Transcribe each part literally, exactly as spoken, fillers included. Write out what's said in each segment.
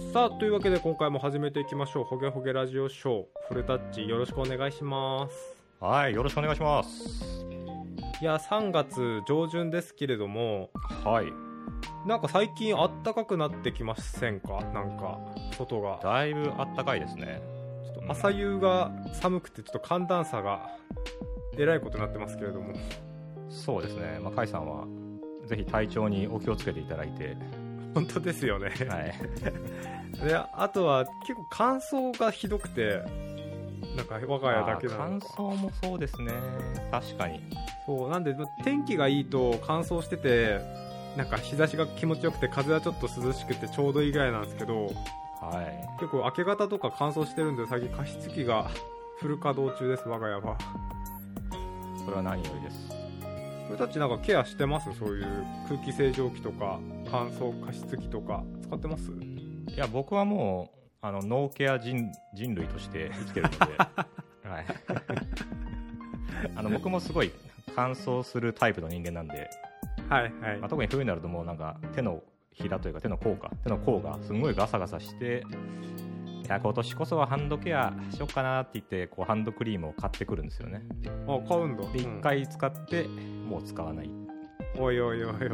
さあというわけで今回も始めていきましょう。ほげほげラジオショーフルタッチ、よろしくお願いします。 はい、よろしくお願いします。 いやさんがつ上旬ですけれども、 はい、 なんか最近あったかくなってきませんか？なんか外がだいぶあったかいですね。 ちょっと朝夕が寒くてちょっと寒暖差がえらいことになってますけれども。 そうですね、まあ、甲斐さんはぜひ体調にお気をつけていただいて。 本当ですよね、 はい、 であとは結構乾燥がひどくて、なんか我が家だけなのか。 乾燥もそうですね、確かに。 そうなんで天気がいいと乾燥してて、なんか日差しが気持ちよくて風はちょっと涼しくてちょうどいいぐらいなんですけど、 はい、 結構明け方とか乾燥してるんで最近加湿器がフル稼働中です。我が家は。 それは何よりです。 これたちなんかケアしてます？そういう空気清浄機とか乾燥加湿器とか使ってます？ いや僕はもうあのノーケア 人, 人類として生きてるので、はい、あの僕もすごい乾燥するタイプの人間なんで、 はいはい、 まあ、特に冬になるともうなんか手のひらというか手の甲か手の甲がすごいガサガサして、いや今年こそはハンドケアしよっかなって言ってこうハンドクリームを買ってくるんですよね。 あ、買うんだ。 でいっかい使ってもう使わない。 おいおいおいおいで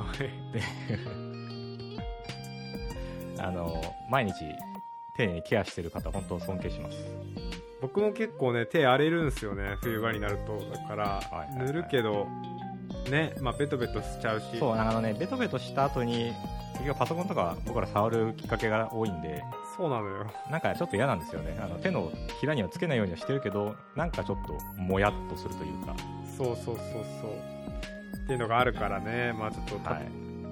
あの毎日丁寧にケアしてる方本当尊敬します。 僕も結構ね手荒れるんですよね、冬場になると。だから、はいはいはい、塗るけどね、まあ、ベトベトしちゃうし。 そうあのねベトベトした後に結局パソコンとか僕ら触るきっかけが多いんで。 そうなのよ。 なんかちょっと嫌なんですよね。あの手のひらにはつけないようにはしてるけど、なんかちょっともやっとするというか。 そうそうそうそうっていうのがあるからね、まあちょっと、はい、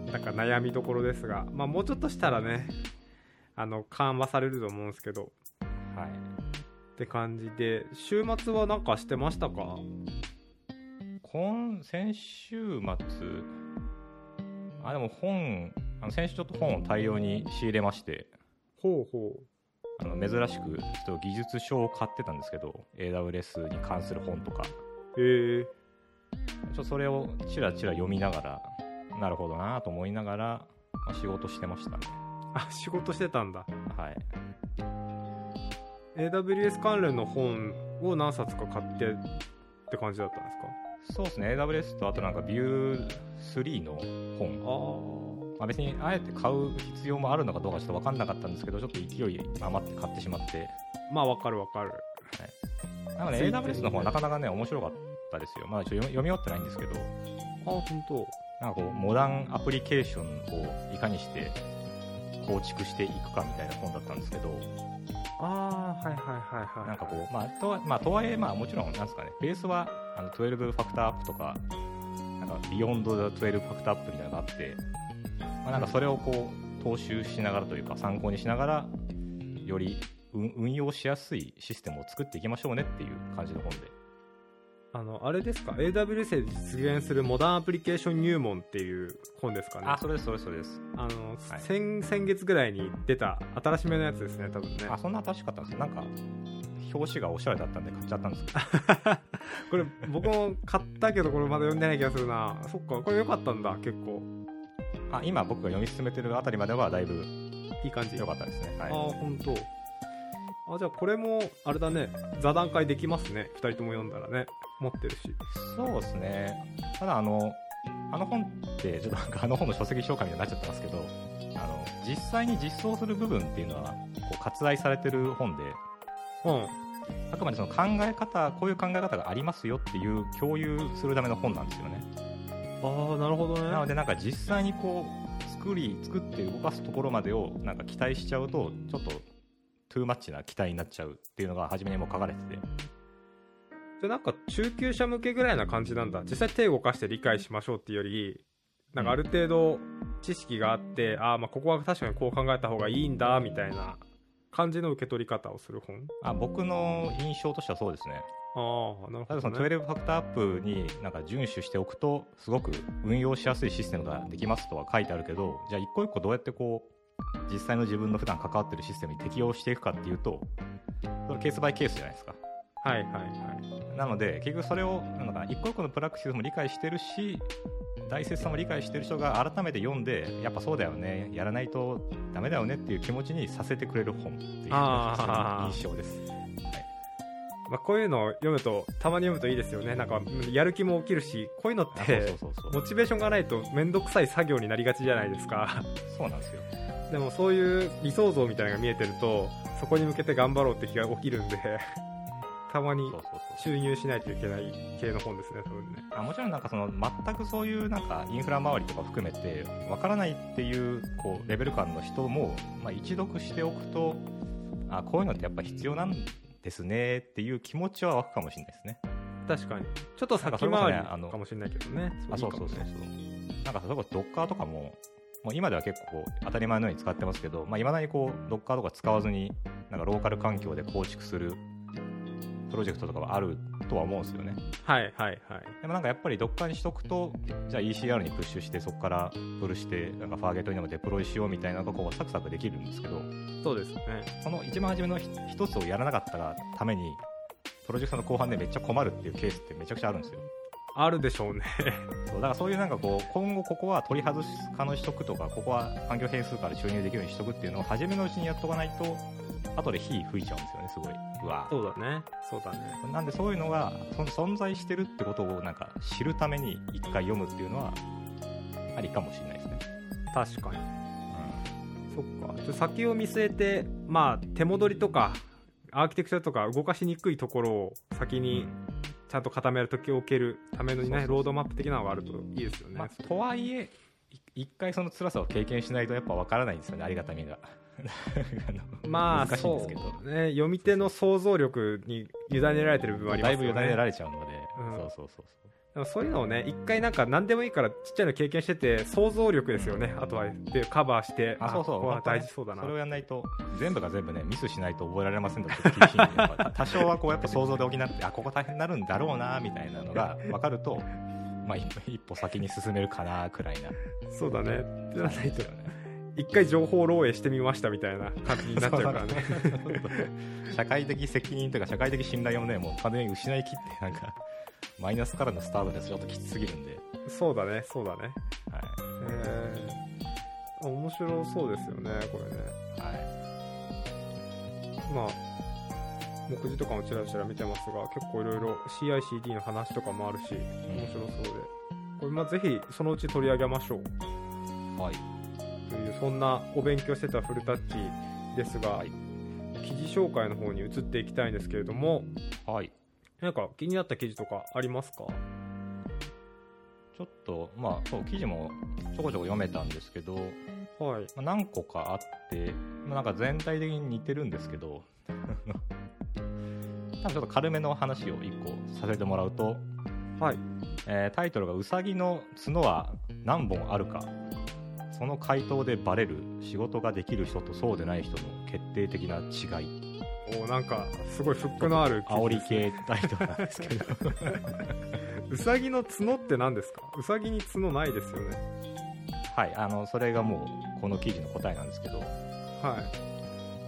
なんか悩みどころですが、まあもうちょっとしたらね、あの緩和されると思うんですけど、 はいって感じで。週末はなんかしてましたか？ 今先週末あでも本あの先週ちょっと本を大量に仕入れまして。 ほうほう。 あの珍しくちょっと技術書を買ってたんですけど、 エーダブリューエス に関する本とか。 へえ。 ちょそれをチラチラ読みながら、なるほどなと思いながら、まあ、仕事してましたね。 あ、仕事してたんだ。 はい。 エーダブリューエス 関連の本を何冊か買ってって感じだったんですか？ そうですね、 エーダブリューエス とあとなんか ビュースリー の本。あまあ、別にあえて買う必要もあるのかどうかちょっと分かんなかったんですけど、ちょっと勢い余って買ってしまって。 まあ分かる分かる、 はい、なので エーダブリューエス の方はなかなかね面白かったですよ。まだちょっと読み終わってないんですけど。 あ、本当。 なんかこうモダンアプリケーションをいかにして構築していくかみたいな本だったんですけど。 ああ、はいはいはいはい。 なんかこう、まあと、まあ、とはいえ、まあもちろんなんですかね、ベースはあのじゅうにファクターアップとか、なんかビヨンドじゅうにファクターアップみたいなのがあって、まあ、なんかそれをこう踏襲しながらというか参考にしながらより運用しやすいシステムを作っていきましょうねっていう感じの本で。 あのあれですか、 エーダブリューエス で実現するモダンアプリケーション入門っていう本ですかね？ あ、それですそれですそれです。 あの、はい、先, 先月ぐらいに出た新しめのやつですね、多分ね。 あ、そんな新しかったんですよ。なんか表紙がおしゃれだったんで買っちゃったんですけどこれ僕も買ったけどこれまだ読んでない気がするな。そっか、これ良かったんだ結構。 あ、今僕が読み進めてるあたりまではだいぶいい感じ。 良かったですね。はい、 あ、本当。あ、じゃあこれもあれだね、座談会できますね、ふたりとも読んだらね。持ってるし。 そうですね。ただあのあの本ってちょっとなんかあの本の書籍紹介みたいになっちゃってますけど、あの実際に実装する部分っていうのはこう割愛されてる本で、 うん、 あくまでその考え方、こういう考え方がありますよっていう共有するための本なんですよね。 ああ、なるほどね。 なのでなんか実際にこう作り作って動かすところまでをなんか期待しちゃうとちょっとトゥーマッチな期待になっちゃうっていうのが初めにも書かれてて。 じゃあなんか中級者向けぐらいな感じなんだ。実際手を動かして理解しましょうっていうより、なんかある程度知識があって、うん、ああ、まあここは確かにこう考えた方がいいんだみたいな感じの受け取り方をする本。 あ、僕の印象としてはそうですね。 ああ、なるほどね。 ただそのじゅうにファクターアップになんか遵守しておくとすごく運用しやすいシステムができますとは書いてあるけど、じゃあ一個一個どうやってこう実際の自分の普段関わってるシステムに適用していくかっていうと、それケースバイケースじゃないですか。 はいはいはい。 なので結局それをなんか一個一個のプラクティスも理解してるし、 大切さも理解してる人が改めて読んで、やっぱそうだよね、やらないとダメだよねっていう気持ちにさせてくれる本っていう印象です。 まあ、こういうのを読むとたまに読むといいですよね。なんかやる気も起きるし、こういうのってモチベーションがないとめんどくさい作業になりがちじゃないですか。 そうなんですよ。 でもそういう理想像みたいなのが見えてると、そこに向けて頑張ろうって気が起きるんでたまに注入しないといけない系の本ですね、多分ね。 あ、もちろんなんかその全くそういうなんかインフラ周りとか含めてわからないっていうこうレベル感の人も、まあ、一読しておくと、あ、こういうのってやっぱ必要なんですねっていう気持ちは湧くかもしれないですね。 確かにちょっと先回りかもしれないけどね。 あ、そうそうそうそう。なんかそれこそドッカーとかも、もう今では結構当たり前のように使ってますけど、まあ、未だにこうドッカーとか使わずになんかローカル環境で構築するプロジェクトとかはあるとは思うんですよね。 はいはいはい。 でもなんかやっぱりドッカーにしとくと、じゃあ イーシーアール にプッシュしてそこからプルしてなんかファーゲットにでもデプロイしようみたいなのがこうサクサクできるんですけど、 そうですね。 その一番初めの一つをやらなかったがためにプロジェクトの後半でめっちゃ困るっていうケースってめちゃくちゃあるんですよ。 あるでしょうね。 そうだからそういうなんかこう今後ここは取り外し可能にしとくとか、ここは環境変数から注入できるようにしとくっていうのを初めのうちにやっとかないと後で火吹いちゃうんですよね、すごい。うわ、 そうだね、そうだね。 なんでそういうのが存在してるってことをなんか知るために一回読むっていうのはありかもしれないですね。 確かに、うん、そっか。ちょ先を見据えて、まあ手戻りとかアーキテクチャとか動かしにくいところを先にちゃんと固めるときを置けるための、ね、そうそうそうロードマップ的なのがあるといいですよね。 まあ、とはいえ一回その辛さを経験しないとやっぱ分からないんですよね、ありがたみが。 まあ難しいんですけど、ね、読み手の想像力に委ねられてる部分はありますよね。 だいぶ委ねられちゃうので、うん、そうそうそうでもそういうのをね、一回なんか何でもいいからちっちゃいの経験してて、想像力ですよね。あとはでカバーして、 あ、そうそう、 ここは大事そうだな。 それをやらないと全部が全部ねミスしないと覚えられませんとか厳しいんで、多少はこうやっぱ想像で補って、あ、ここ大変になるんだろうなみたいなのが分かると、まあ一歩先に進めるかなくらいな。 そうだね。じゃないと一回情報漏洩してみましたみたいな感じになっちゃうからね。 社会的責任というか社会的信頼をねもう完全に失い切って、なんかマイナスからのスタートですちょっときつすぎるんで。 そうだね、そうだね。はい。 えー、面白そうですよね、これね。 はい。 まあ目次とかもちらちら見てますが、結構いろいろ シーアイシーディー の話とかもあるし、面白そうで、これまあぜひそのうち取り上げましょう。 はい。 というそんなお勉強してたフルタッチですが、はい、記事紹介の方に移っていきたいんですけれども、 はい。 なんか気になった記事とかありますか？ ちょっとまあそう記事もちょこちょこ読めたんですけど、 はい。 まあ、何個かあって、まあ、なんか全体的に似てるんですけど多分ちょっと軽めの話をいっこさせてもらうと、 はい。 えー、タイトルがうさぎの角は何本あるか、その回答でバレる仕事ができる人とそうでない人の決定的な違い。 お、なんかすごいフックのある煽り系タイトルなんですけどうさぎの角って何ですか？うさぎに角ないですよね。 はい、あのそれがもうこの記事の答えなんですけど、 はい。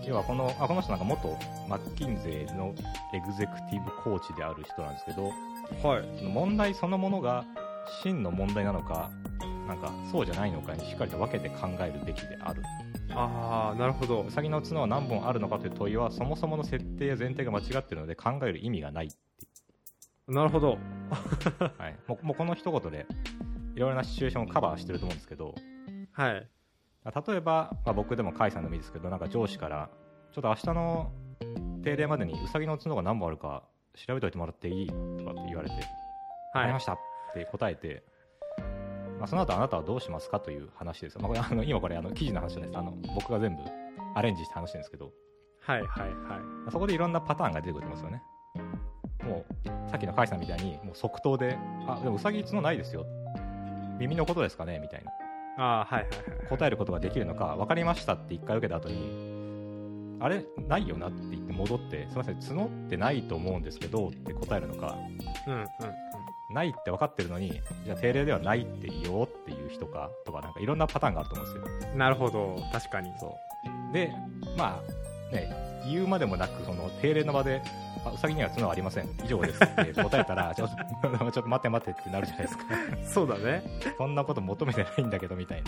要はこのあこの人なんか元マッキンゼーのエグゼクティブコーチである人なんですけど、 はい、 その問題そのものが真の問題なのかなんかそうじゃないのかにしっかりと分けて考えるべきである。 ああ、なるほど。 ウサギの角は何本あるのかという問いはそもそもの設定や前提が間違っているので考える意味がないって。 なるほど、 はい、もう、もうこの一言でいろいろなシチュエーションをカバーしてると思うんですけど、 はい、 例えば、まあ、僕でも甲斐さんでもいいですけど、なんか上司からちょっと明日の定例までにウサギの角が何本あるか調べておいてもらっていいとかって言われて、 はい、 わかりましたって答えて、まあ、その後あなたはどうしますかという話ですよ。まあ、これあの今これあの記事の話じゃないです。あの僕が全部アレンジして話してるんですけど、 はいはいはい。 そこでいろんなパターンが出てくるんですよね。もうさっきの甲斐さんみたいにもう即答で、あ、でもウサギ角ないですよ、耳のことですかねみたいな、 あ、はいはいはい、 答えることができるのか、分かりましたっていっかい受けた後に、あれないよなって言って戻って、すいません角ってないと思うんですけどって答えるのか、 うんうんうん、 ないって分かってるのに、じゃあ定例ではないって言おうっていう人かとか、なんかいろんなパターンがあると思うんですよ。 なるほど、確かに。 そうで、まあね、言うまでもなくその定例の場であウサギには角はありません以上ですって答えたらちょっとちょっと待って待ってってなるじゃないですかそうだね。 そんなこと求めてないんだけどみたい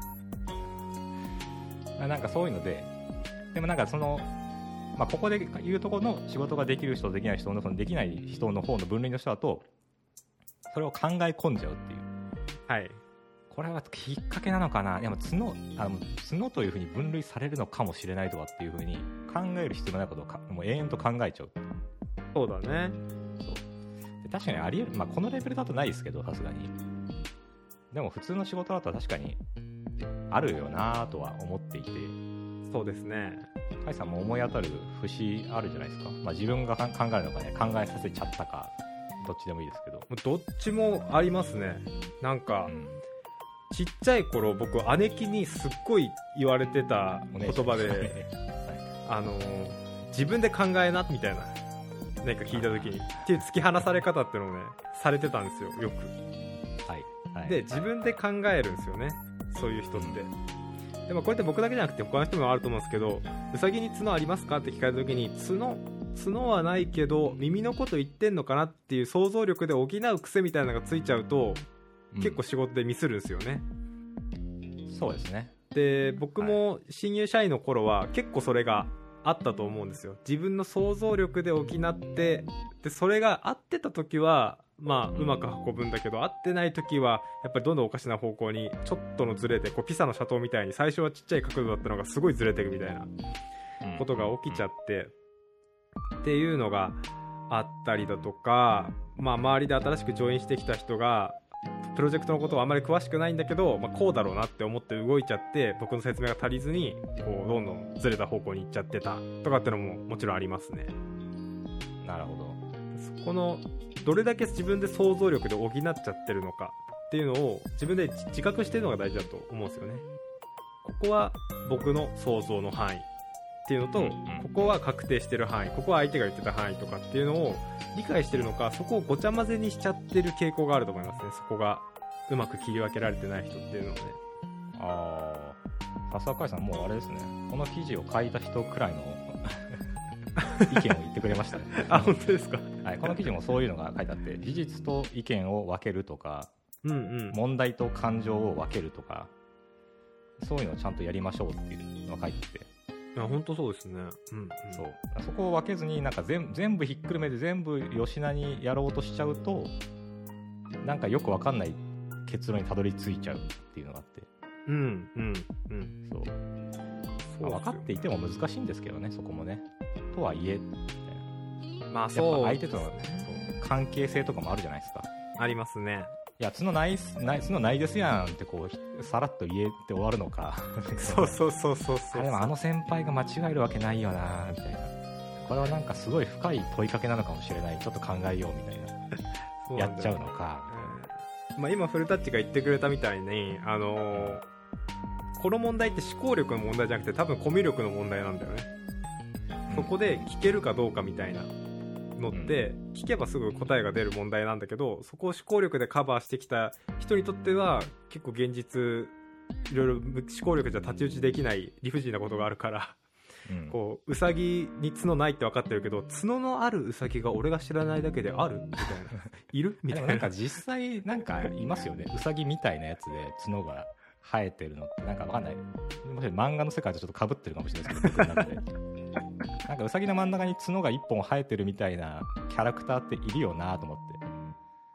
ななんかそういうので、でもなんかその、まあ、ここで言うところの仕事ができる人とできない人のそのできない人の方の分類の人だとそれを考え込んじゃうっていう、 はい、 これはきっかけなのかな。でも角あの角というふうに分類されるのかもしれないとかっていうふうに考える必要がないことをかもう永遠と考えちゃう。 そうだね。 そうで確かにありえる、まあ、このレベルだとないですけどさすがに。でも普通の仕事だと確かにあるよなとは思っていて。 そうですね。 甲斐さんも思い当たる節あるじゃないですか。まあ、自分が考えるのかね考えさせちゃったかどっちでもいいですけど。 どっちもありますね。なんか、うん、ちっちゃい頃僕姉貴にすっごい言われてた言葉で、はい、あの自分で考えなみたいな何か聞いた時にっていう突き放され方っていうのをねされてたんですよよく。 はいはい、で自分で考えるんですよねそういう人って、うん、でもこれって僕だけじゃなくて他の人もあると思うんですけど、ウサギに角ありますかって聞かれた時に角角はないけど耳のこと言ってんのかなっていう想像力で補う癖みたいなのがついちゃうと、うん、結構仕事でミスるんですよね。 そうですね。 で僕も新入社員の頃は結構それがあったと思うんですよ。自分の想像力で補ってでそれが合ってた時はまあうまく運ぶんだけど、合ってない時はやっぱりどんどんおかしな方向にちょっとのズレでこうピサの斜塔みたいに最初はちっちゃい角度だったのがすごいズレていくみたいなことが起きちゃってっていうのがあったりだとか、まあ周りで新しくジョインしてきた人がプロジェクトのことはあんまり詳しくないんだけど、まあ、こうだろうなって思って動いちゃって僕の説明が足りずにこうどんどんずれた方向に行っちゃってたとかってのももちろんありますね。 なるほど。 そこのどれだけ自分で想像力で補っちゃってるのかっていうのを自分で自覚してるのが大事だと思うんですよね。ここは僕の想像の範囲っていうのと、うんうん、ここは確定してる範囲、ここは相手が言ってた範囲とかっていうのを理解してるのか、そこをごちゃ混ぜにしちゃってる傾向があると思いますね。そこがうまく切り分けられてない人っていうのはね。 ああ、さすが甲斐さんもうあれですね。この記事を書いた人くらいの意見を言ってくれましたね。 あ、本当ですか。 はい、この記事もそういうのが書いてあって、事実と意見を分けるとか、 うんうん、 問題と感情を分けるとか、そういうのをちゃんとやりましょうっていうのが書いてて。 いや本当そうですね、うんうん、 そうそこを分けずになんか 全, 全部ひっくるめて全部吉田にやろうとしちゃうとなんかよく分かんない結論にたどり着いちゃうっていうのがあって、 うんうんうん、 そうそう、まあ、分かっていても難しいんですけどね、そこもね。とはいえまあそう、 相手との、ね、関係性とかもあるじゃないですか。 ありますね。 いや角ないない角ないですやんってこうさらっと言えて終わるのかそうそうそうそうそうあでもあの先輩が間違えるわけないよなみたいな、これはなんかすごい深い問いかけなのかもしれない、ちょっと考えようみたいなやっちゃうのか、 うん、まあ、今フルタッチが言ってくれたみたいにあのー、この問題って思考力の問題じゃなくて多分コミュ力の問題なんだよね、うん、そこで聞けるかどうかみたいなのって聞けばすぐ答えが出る問題なんだけど、そこを思考力でカバーしてきた人にとっては結構現実いろいろ思考力じゃ太刀打ちできない理不尽なことがあるから、うん、こうウサギに角ないって分かってるけど角のあるウサギが俺が知らないだけであるみたいないるみたいな。 なんか実際なんかいますよね、ウサギみたいなやつで角が生えてるのってなんか分かんない、もし漫画の世界とちょっと被ってるかもしれないですけど僕の中でなんかウサギの真ん中に角が一本生えてるみたいなキャラクターっているよなと思って、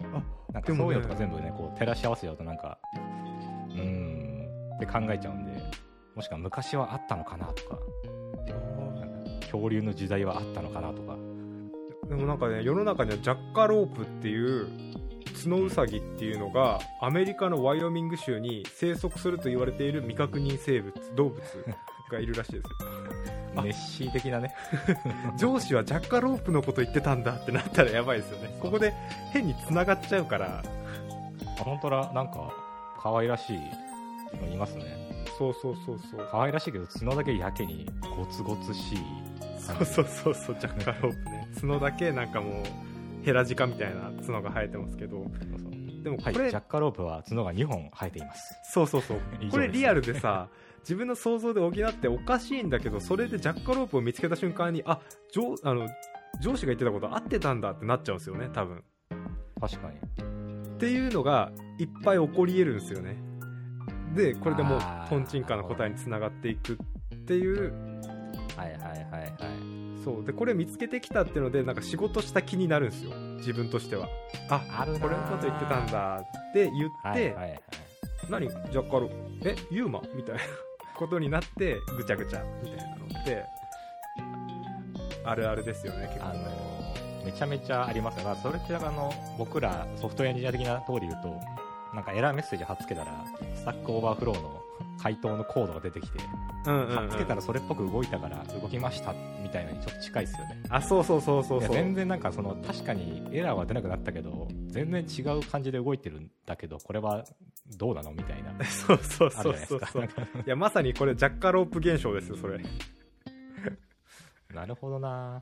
あなんかそういうのとか全部ねこう照らし合わせちゃうとなんかうーんって考えちゃうんで、もしくは昔はあったのかなとか、なんか恐竜の時代はあったのかなとか。 でもなんかね世の中にはジャッカロープっていう角ウサギっていうのがアメリカのワイオミング州に生息すると言われている未確認生物動物がいるらしいですよネッシー的なね上司はジャッカロープのこと言ってたんだってなったらやばいですよね。ここで変に繋がっちゃうから。 あ本当だ、なんか可愛らしいのいますね。 そうそうそうそう、 可愛らしいけど角だけやけにゴツゴツしい。 そうそうそうそう、ジャッカロープね角だけなんかもうヘラジカみたいな角が生えてますけど、そうそうでもこれ、 はい、ジャッカロープは角がにほん生えています。 そうそうそうこれリアルでさ自分の想像で補っておかしいんだけど、それでジャッカロープを見つけた瞬間にあ上あの上司が言ってたこと合ってたんだってなっちゃうんですよね多分。 確かにっていうのがいっぱい起こり得るんですよね。でこれでもうトンチンカンの答えにつながっていくっていう。 はいはいはいはい。 そうでこれ見つけてきたっていうのでなんか仕事した気になるんですよ自分としては。ああるなこれのこと言ってたんだって言って、 はいはいはい、 何ジャッカロープえユーマみたいなことになってぐちゃぐちゃみたいなのってあるあるですよね結構ね。 あのめちゃめちゃありますよ。まあ、それってあの僕らソフトウェアエンジニア的な通り言うとなんかエラーメッセージ貼っつけたらスタックオーバーフローの回答のコードが出てきて、うんうんうん、貼っつけたらそれっぽく動いたから動きましたみたいなのにちょっと近いですよね。 あそうそうそうそうそう。 全然なんかその確かにエラーは出なくなったけど全然違う感じで動いてるんだけどこれはどうなのみたいなそうそうそうそうそういやまさにこれジャッカロープ現象ですよそれなるほどな。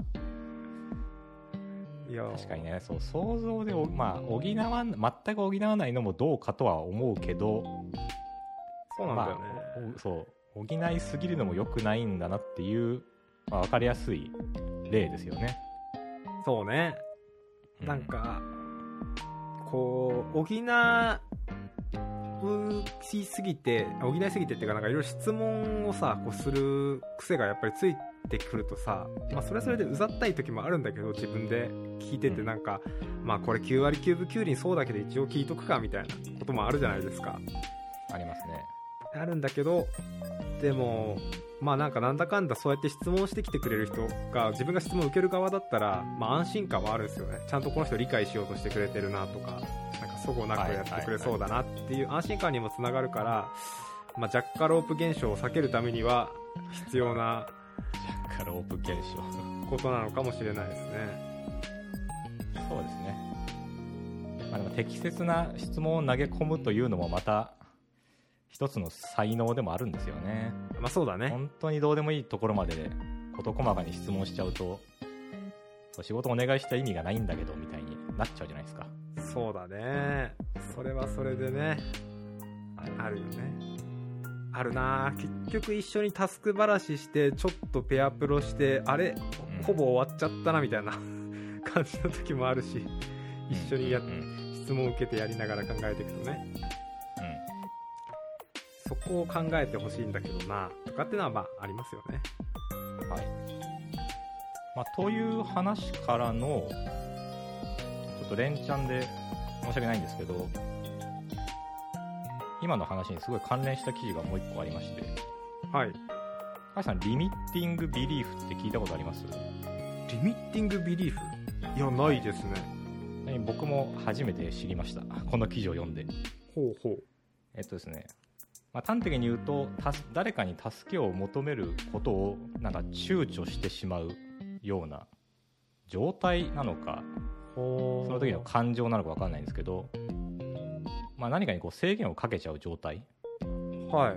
いや確かにね、そう想像で、まあ、補わ全く補わないのもどうかとは思うけど、 そうなんだよね、 まあ、そう補いすぎるのも良くないんだなっていう、まあ、分かりやすい例ですよね。 そうね、うん、なんかこう補いすぎて補いすぎてっていうかなんかいろいろ質問をさこうする癖がやっぱりついてくるとさ、まあ、それはそれでうざったい時もあるんだけど自分で聞いててなんか、うん、まあこれきゅうわりきゅうぶきゅうりんそうだけど一応聞いとくかみたいなこともあるじゃないですか。 ありますね。 あるんだけどでもまあなんかなんだかんだそうやって質問してきてくれる人が自分が質問を受ける側だったら、まあ、安心感はあるんですよね。ちゃんとこの人理解しようとしてくれてるなとかなんかそごなくやってくれそうだなっていう安心感にもつながるから、まあ、ジャッカロープ現象を避けるためには必要なジャッカロープ現象ことなのかもしれないですね。 そうですね、まあ、でも適切な質問を投げ込むというのもまた一つの才能でもあるんですよね。 まあそうだね。 本当にどうでもいいところまで事細かに質問しちゃうとそう仕事お願いした意味がないんだけどみたいになっちゃうじゃないですか。 そうだね。それはそれでねあるよね。あるな。結局一緒にタスクばらししてちょっとペアプロしてあれ、うん、ほぼ終わっちゃったなみたいな感じの時もあるし一緒にや、うんうん、質問を受けてやりながら考えていくとね、そこを考えてほしいんだけどなとかってのはまあありますよね。 はい。まあ、という話からのちょっと連チャンで申し訳ないんですけど今の話にすごい関連した記事がもう一個ありまして。 はい。 高橋さんリミッティングビリーフって聞いたことあります？ リミッティングビリーフ？いやないですね。 僕も初めて知りましたこの記事を読んで。 ほうほう。 えっとですねまあ、端的に言うと誰かに助けを求めることをなんか躊躇してしまうような状態なのかその時の感情なのか分かんないんですけど、まあ、何かにこう制限をかけちゃう状態、 はい、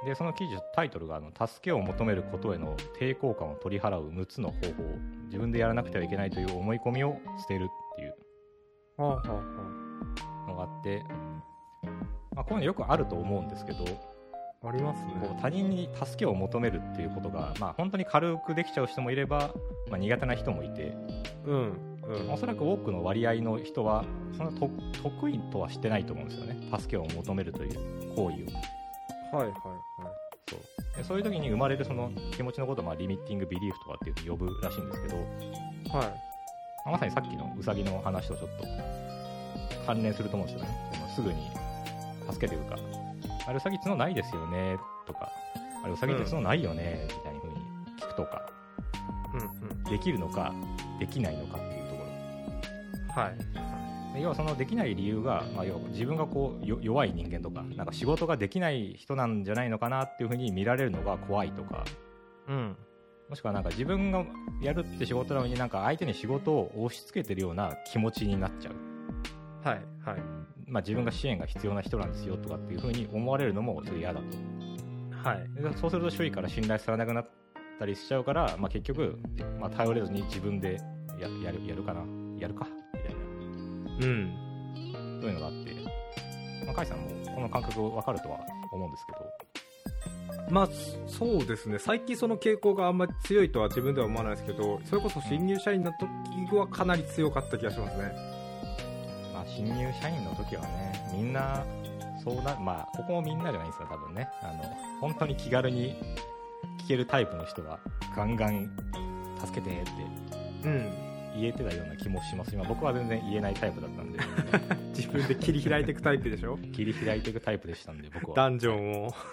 でその記事タイトルがあの助けを求めることへの抵抗感を取り払うむっつの方法、自分でやらなくてはいけないという思い込みを捨てるっていうのがあって、まあ、こういうのよくあると思うんですけど、 ありますね。 こう他人に助けを求めるっていうことが、まあ、本当に軽くできちゃう人もいれば、まあ、苦手な人もいて、 うんうん、 おそらく多くの割合の人はそんなと得意とはしてないと思うんですよね、助けを求めるという行為を。 はいはいはい。 そうでそういう時に生まれるその気持ちのことをまあリミッティングビリーフとかっていうふうに呼ぶらしいんですけど、はい、まさにさっきのウサギの話とちょっと関連すると思うんですよね。そのすぐに助けてるか、あれウサギ角ないですよねとか、あれウサギって角ないよね、うん、みたいな風に聞くとか、うんうん、できるのかできないのかっていうところ、はい、要はそのできない理由が、まあ、要は自分がこう弱い人間とか、なんか仕事ができない人なんじゃないのかなっていう風に見られるのが怖いとか、うん、もしくはなんか自分がやるって仕事なのになんか相手に仕事を押し付けてるような気持ちになっちゃう。はいはい。まあ、自分が支援が必要な人なんですよとかっていう風に思われるのもちょっと嫌だと、はい、そうすると周囲から信頼されなくなったりしちゃうから、まあ、結局、まあ、頼れずに自分で や, や, るやるかなやるかみたいな、うん、 そういうのがあって、まあ、カイさんもこの感覚分かるとは思うんですけど。 まあそうですね、最近その傾向があんまり強いとは自分では思わないですけど、それこそ新入社員の時はかなり強かった気がしますね。 まあ、新入社員の時はね、みんなそうな、まあここもみんなじゃないですか多分ね。あの本当に気軽に聞けるタイプの人はガンガン助けてって言えてたような気もします。今僕は全然言えないタイプだったんで自分で切り開いていくタイプでしょ切り開いていくタイプでしたんで僕は。 ダンジョンを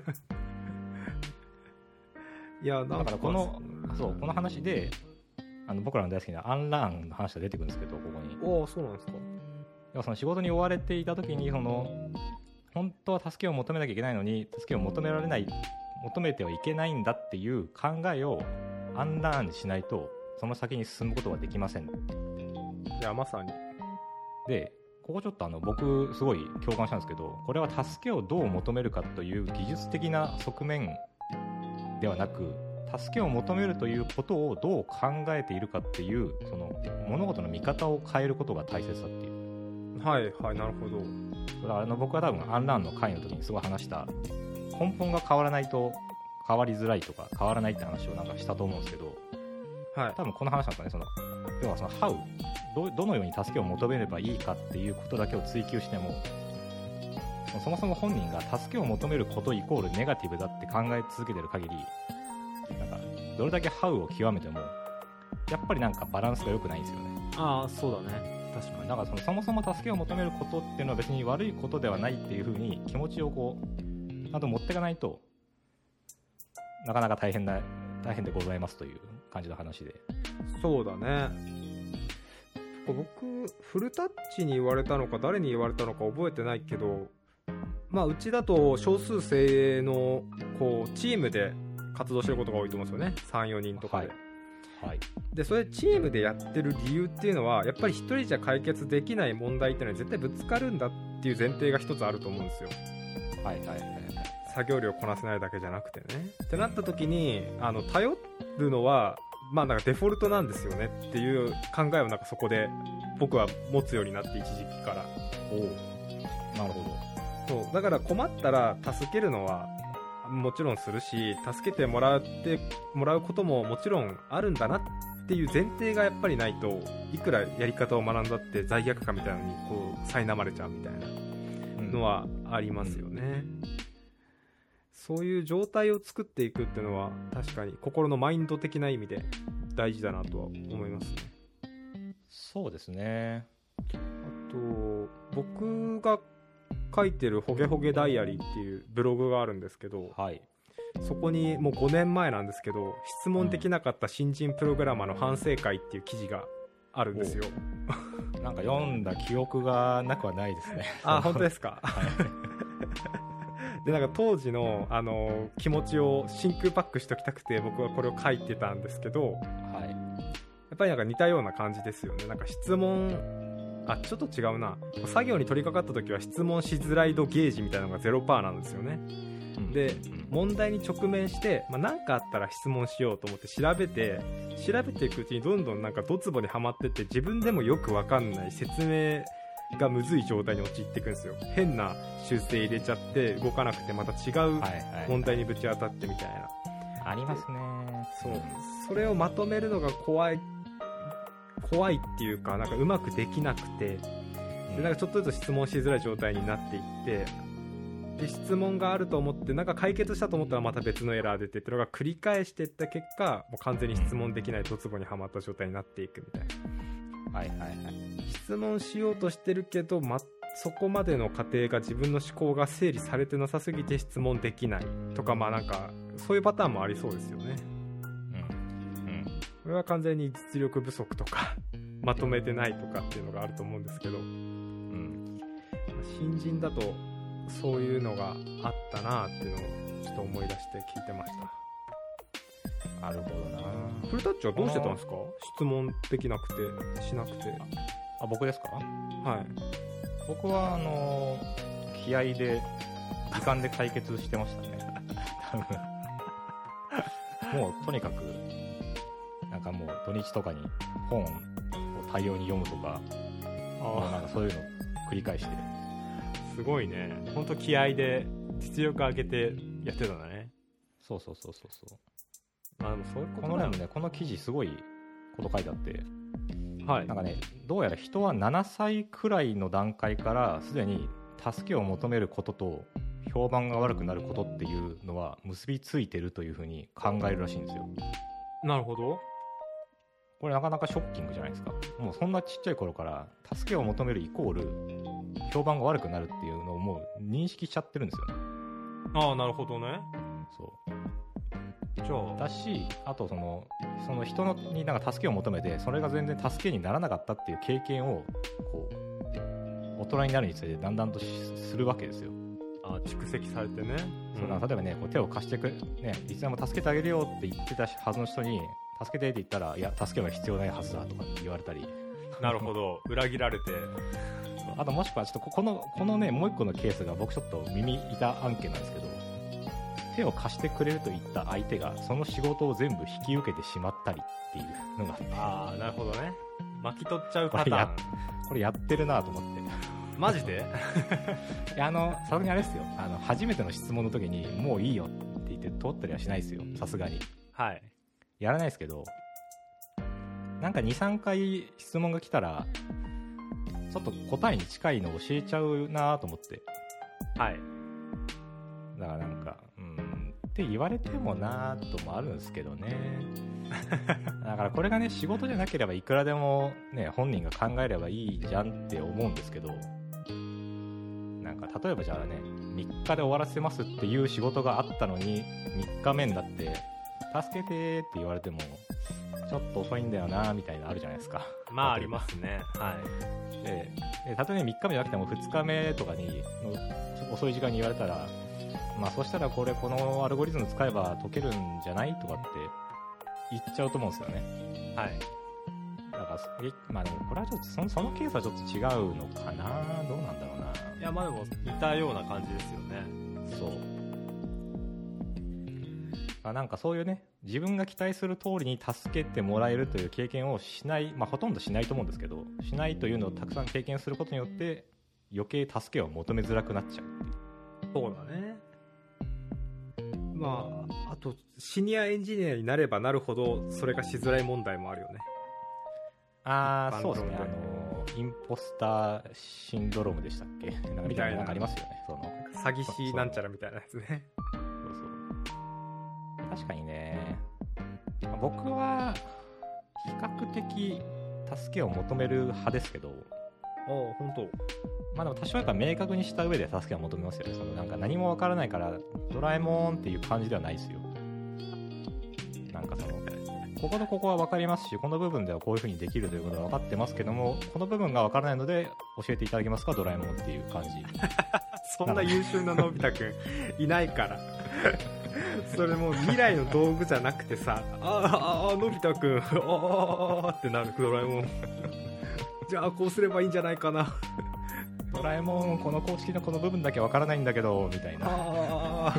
いやだからこのそうこの話であの僕らの大好きなアンラーンの話が出てくるんですけど、ここに。 おお、そうなんですか。 いやその仕事に追われていた時にその本当は助けを求めなきゃいけないのに助けを求められない求めてはいけないんだっていう考えをアンラーンしないとその先に進むことはできません。 いやまさに。 でここちょっとあの僕すごい共感したんですけど、これは助けをどう求めるかという技術的な側面ではなく、助けを求めるということをどう考えているかっていうその物事の見方を変えることが大切だっていう。 はいはい、なるほど。 だからあの僕は多分アンラーンの会の時にすごい話した根本が変わらないと変わりづらいとか変わらないって話をなんかしたと思うんですけど、 はい、 多分この話なんかね、その要はその How ど, どのように助けを求めればいいかっていうことだけを追求しても、そもそも本人が助けを求めることイコールネガティブだって考え続けてる限り、なんかどれだけ How を極めてもやっぱりなんかバランスが良くないんですよね。 ああそうだね、確かに。 だからそのそもそも助けを求めることっていうのは別に悪いことではないっていう風に気持ちをこうちゃんと持っていかないとなかなか大変な大変でございますという感じの話で。 そうだね。僕フルタッチに言われたのか誰に言われたのか覚えてないけど、まあうちだと少数精鋭のこうチームで活動してることが多いと思うんですよね。 さんよにんとかで、 はいはい、でそれチームでやってる理由っていうのはやっぱり一人じゃ解決できない問題っていうのは絶対ぶつかるんだっていう前提が一つあると思うんですよ。 はいはいはいはい。 作業量こなせないだけじゃなくてねってなった時に、あの頼るのはまあなんかデフォルトなんですよねっていう考えをなんかそこで僕は持つようになって、一時期から。 おお、なるほど。そうだから困ったら助けるのはもちろんするし、助けてもらってもらうことももちろんあるんだなっていう前提がやっぱりないと、いくらやり方を学んだって罪悪感みたいなのにこう苛まれちゃうみたいなのはありますよね、うんうん、そういう状態を作っていくっていうのは確かに心のマインド的な意味で大事だなとは思いますね。 そうですね。 あと僕が書いてるホゲホゲダイアリーっていうブログがあるんですけど、 はい、 そこにもうごねんまえなんですけど、質問できなかった新人プログラマーの反省会っていう記事があるんですよ。 なんか読んだ記憶がなくはないですね。 あ、本当ですか。 はいでなんか当時の、あの気持ちを真空パックしておきたくて僕はこれを書いてたんですけど、 はい、 やっぱりなんか似たような感じですよね。なんか質問、あ、ちょっと違うな。作業に取り掛かった時は質問しづらい度ゲージみたいなのが ゼロパーセント なんですよね。うん、で、問題に直面して、まあ、何かあったら質問しようと思って調べて、調べていくうちにどんどんなんかドツボにはまってって、自分でもよくわかんない説明がむずい状態に陥っていくんですよ。変な修正入れちゃって動かなくて、また違う問題にぶち当たってみたいな、はいはいはい、ありますね。 そう、それをまとめるのが怖い怖いっていうか、なんかうまくできなくて、でなんかちょっとずつ質問しづらい状態になっていって、で質問があると思ってなんか解決したと思ったらまた別のエラー出てっていうのが繰り返していった結果、もう完全に質問できないドツボにはまった状態になっていくみたいな。 はいはいはい。 質問しようとしてるけど、ま、そこまでの過程が自分の思考が整理されてなさすぎて質問できないとか、まあなんかそういうパターンもありそうですよね。うんうん、これは完全に実力不足とかまとめてないとかっていうのがあると思うんですけど、うん、新人だとそういうのがあったなっていうのをちょっと思い出して聞いてました。 なるほどな。 フルタッチはどうしてたんですか？質問できなくてしなくて。 あ、僕ですか？ はい。 僕はあのー、気合で時間で解決してましたね。多分もうとにかくなんかもう土日とかに本を大量に読むとか、もうなんかそういうの繰繰り返して。 すごいね。ほんと気合で実力上げてやってたんだね。 そうそうそうそうそう。 まあでもそういうことこのね、この記事すごいこと書いてあって、 はい。 なんかね、どうやら人はななさいくらいの段階からすでに助けを求めることと評判が悪くなることっていうのは結びついてるというふうに考えるらしいんですよ。 なるほど。 これなかなかショッキングじゃないですか。もうそんなちっちゃい頃から助けを求めるイコール評判が悪くなるっていうのをもう認識しちゃってるんですよね。 ああ、なるほどね。 そうじゃあだし、あとそのその人のになんか助けを求めてそれが全然助けにならなかったっていう経験をこう大人になるにつれてだんだんとするわけですよ。 あ蓄積されてね。 そうだから例えばね、こう手を貸してくれ、ね、いつでも助けてあげるよって言ってたはずの人に助けてって言ったら、いや助けは必要ないはずだとか言われたり。 なるほど。裏切られて。 あともしくはちょっとこのこのねもう一個のケースが僕ちょっと耳痛案件なんですけど、手を貸してくれると言った相手がその仕事を全部引き受けてしまったりっていうのがあって、 ああ、なるほどね。巻き取っちゃうこれやパターン。 これやってるなと思って。 マジでいや、あのさすがにあれですよ、あの初めての質問の時にもういいよって言って通ったりはしないですよ、さすがに。 はい。 やらないですけど、なんか にさんかい質問が来たらちょっと答えに近いの教えちゃうなと思って。 はい。 だからなんかうんって言われてもなーともあるんですけどね。だからこれがね仕事じゃなければいくらでもね本人が考えればいいじゃんって思うんですけど、なんか例えばじゃあねみっかで終わらせますっていう仕事があったのにみっかめになって助けてって言われてもちょっと遅いんだよなみたいなのあるじゃないですか。 まあありますね。はい。 で、でたとえみっかめじゃなくてもふつかめとかにの遅い時間に言われたら、まあそしたらこれこのアルゴリズム使えば解けるんじゃないとかって言っちゃうと思うんですよね。 はい。 だからえまあでもこれはちょっとそのそのケースはちょっと違うのかな、どうなんだろうな。 いやまあでも似たような感じですよね。 そうあ、なんかそういうね自分が期待する通りに助けてもらえるという経験をしない、まあほとんどしないと思うんですけど、しないというのをたくさん経験することによって余計助けを求めづらくなっちゃうっていう。 そうだね。まああとシニアエンジニアになればなるほどそれがしづらい問題もあるよね。 ああそうですね、あのインポスターシンドロームでしたっけ、なんかみたいななんかありますよね、その詐欺師なんちゃらみたいなやつね。 そうそう確かにね、僕は比較的助けを求める派ですけど、 ああ本当。 まあでも多少やっぱ明確にした上で助けを求めますよね。そのなんか何もわからないからドラえもんっていう感じではないですよ。なんかそのこことここは分かりますし、この部分ではこういう風にできるということは分かってますけども、この部分が分からないので教えていただけますかドラえもんっていう感じ。 そんな優秀なのび太くんいないからそれもう未来の道具じゃなくてさ、ああのび太くんああってなるドラえもんじゃあこうすればいいんじゃないかなドラえもんこの公式のこの部分だけ分からないんだけどみたいな。 あ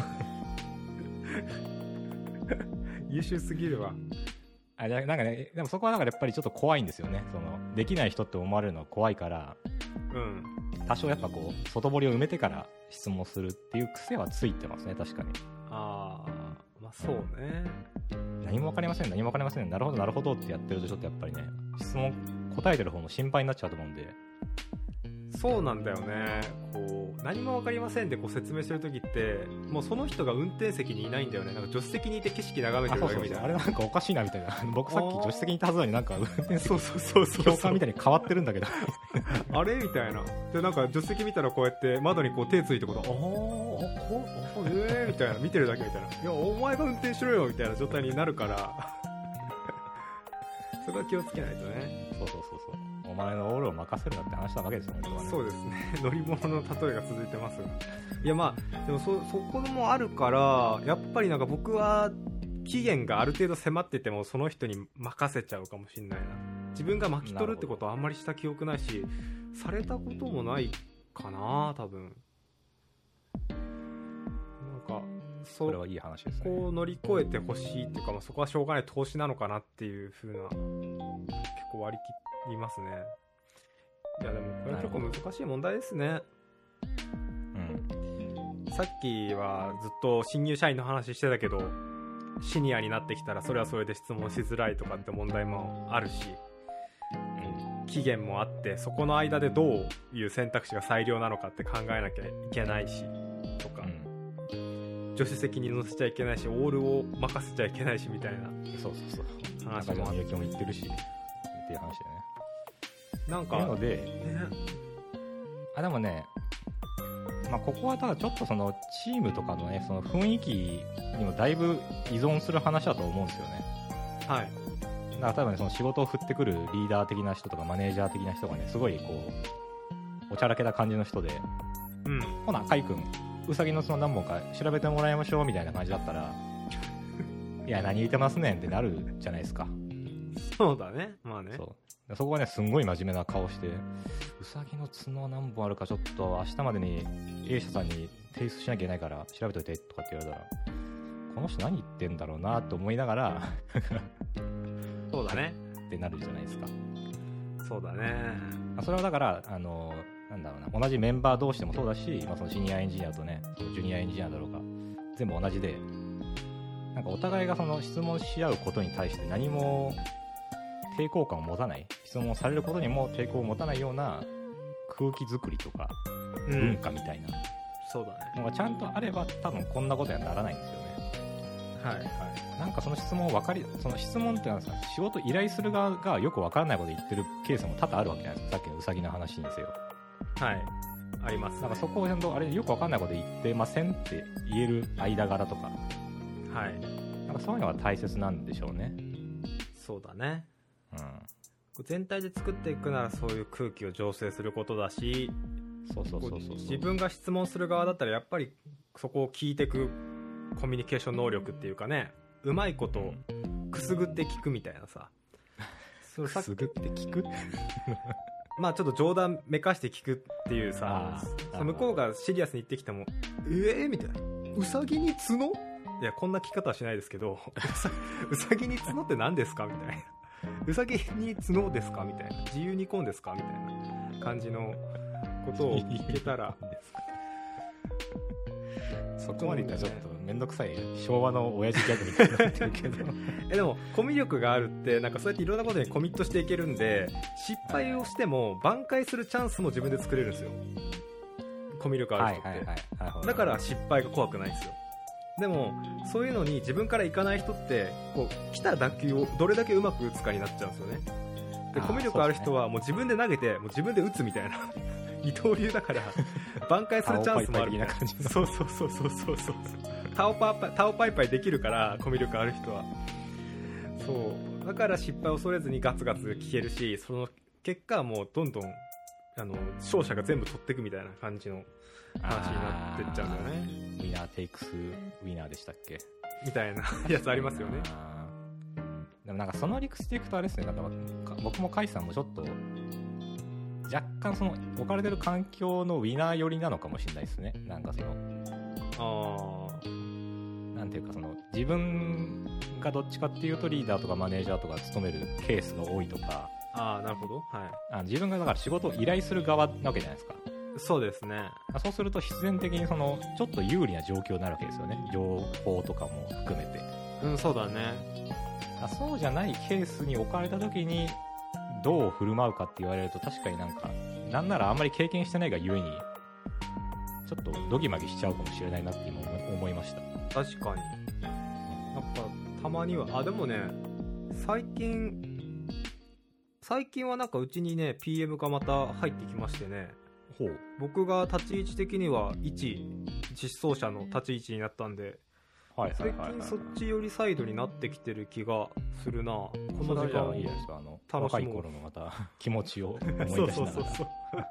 優秀すぎるわ。 あなんかね、でもそこはなんかやっぱりちょっと怖いんですよね。そのできない人って思われるのは怖いから、 うん、 多少やっぱこう外堀を埋めてから質問するっていう癖はついてますね、確かに。 ああまあそうね。 何も分かりません何も分かりませんなるほどなるほどってやってるとちょっとやっぱりね質問答えてる方も心配になっちゃうと思うんで。 そうなんだよね。こう何も分かりませんでこう説明してるときってもうその人が運転席にいないんだよね。なんか助手席にいて景色眺めてるだけみたいな。 あれなんかおかしいなみたいな僕さっき助手席にいたはずなのになんか運転席そうそうそうそう教官みたいに変わってるんだけどあれみたいな。でなんか助手席見たらこうやって窓にこう手ついてことああこうえーみたいな見てるだけみたいな。いやお前が運転しろよみたいな状態になるからそこは気をつけないとね。 そうそうそうそうお前のオールを任せるなって話なわけですよね。 そうですね。乗り物の例えが続いてますが、いやまあでも そ, そこもあるからやっぱりなんか僕は期限がある程度迫っててもその人に任せちゃうかもしれないな。自分が巻き取るってことはあんまりした記憶ないしされたこともないかな多分。なんかそれはいい話ですね。 こう乗り越えてほしいっていうか、まあ、そこはしょうがない投資なのかなっていう風な結構割り切りますね。 いやでもこれ結構難しい問題ですね。 うんさっきはずっと新入社員の話してたけど、シニアになってきたらそれはそれで質問しづらいとかって問題もあるし、期限もあって、そこの間でどういう選択肢が最良なのかって考えなきゃいけないしとか、うん、助手席に乗せちゃいけないし、オールを任せちゃいけないしみたいな、 そうそうそう、 話もあって、 中島みゆきも言ってるしっていう話だよね。 なんかなので、 ね、 あでもね、まあ、ここはただちょっとそのチームとかのね、その雰囲気にもだいぶ依存する話だと思うんですよね。 はい。 だから多分ね、その仕事を振ってくるリーダー的な人とかマネージャー的な人がね、すごいこうおちゃらけた感じの人で、 うん、 ほなカイ君ウサギの角何本か調べてもらいましょうみたいな感じだったらいや何言ってますねんってなるじゃないですか。 そうだね、まあね。 そう、そこはねすんごい真面目な顔して、ウサギの角何本あるかちょっと明日までに A 社さんに提出しなきゃいけないから調べといてとかって言われたら、この人何言ってんだろうなと思いながらそうだねってなるじゃないですか。 そうだね。 それはだからあのなんだろうな、同じメンバー同士でもそうだし、まあ、そのシニアエンジニアとね、そのジュニアエンジニアだろうが全部同じで、なんかお互いがその質問し合うことに対して何も抵抗感を持たない、質問されることにも抵抗を持たないような空気作りとか文化みたいなそうだねのがちゃんとあれば、多分こんなことにはならないんですよね。 はいはい。 なんかその質問を分かり、その質問っていうのはさ、仕事依頼する側がよく分からないことを言ってるケースも多々あるわけじゃないですか。さっきのウサギの話にせよ。 はい、あります、ね。 なんかそこをちゃんとあれよく分かんないこと言ってませんって言える間柄とか、 はい、 なんかそういうのが大切なんでしょうね。 そうだね。 うん。 全体で作っていくならそういう空気を醸成することだし、 そうそうそうそうそう、 自分が質問する側だったらやっぱりそこを聞いていくコミュニケーション能力っていうかね、うまいことをくすぐって聞くみたいなさ、 くすぐって聞くまあちょっと冗談めかして聞くっていうさ、向こうがシリアスに言ってきてもえーみたいな、ウサギに角、いやこんな聞き方はしないですけどウサギに角って何ですかみたいな、ウサギに角ですかみたいな、自由にコンですかみたいな感じのことを聞けたらそこまで言ったらちょっとめんどくさい昭和の親父ギャグみたいになってるけどえでもコミュ力があるってなんかそうやっていろんなことにコミットしていけるんで、失敗をしても挽回するチャンスも自分で作れるんですよ、コミュ力ある人って、はいはいはいはい、だから失敗が怖くないんですよ。でもそういうのに自分から行かない人ってこう来た打球をどれだけうまく打つかになっちゃうんですよね。でコミュ力ある人はもう自分で投げてもう自分で打つみたいな二刀流だから挽回するチャンスもあるみたいな。そうそうそうそうそうそうタオパイパイタオパイパイできるから、コミュ力ある人はそうだから失敗を恐れずにガツガツ聞けるし、その結果はもうどんどんあの勝者が全部取っていくみたいな感じの話になってっちゃうんだよね。 ウィナーテイクスウィナーでしたっけみたいなやつありますよね。 でもなんかその理屈でいくとあれですね、なんか僕もカイさんもちょっと若干その置かれてる環境のウィナー寄りなのかもしれないですね。なんかそのあなんていうか、その自分がどっちかっていうとリーダーとかマネージャーとか務めるケースが多いとか、 ああなるほど、はい、 あ自分がだから仕事を依頼する側なわけじゃないですか。 そうですね。 そうすると必然的にそのちょっと有利な状況になるわけですよね、情報とかも含めて。 うんそうだね。 そうじゃないケースに置かれた時にどう振る舞うかって言われると、確かになんかなんならあんまり経験してないがゆえにちょっとドギマギしちゃうかもしれないなって今思いました。 確かに。なんかたまにはあでもね最近最近はなんかうちにね ピーエム がまた入ってきましてね。 ほう。 僕が立ち位置的には一実装者の立ち位置になったんで、はいはいはいはい、最近そっち寄りサイドになってきてる気がするな。この時間いいですか、あの若い頃のまた気持ちを思い出しながら。そうそうそうそう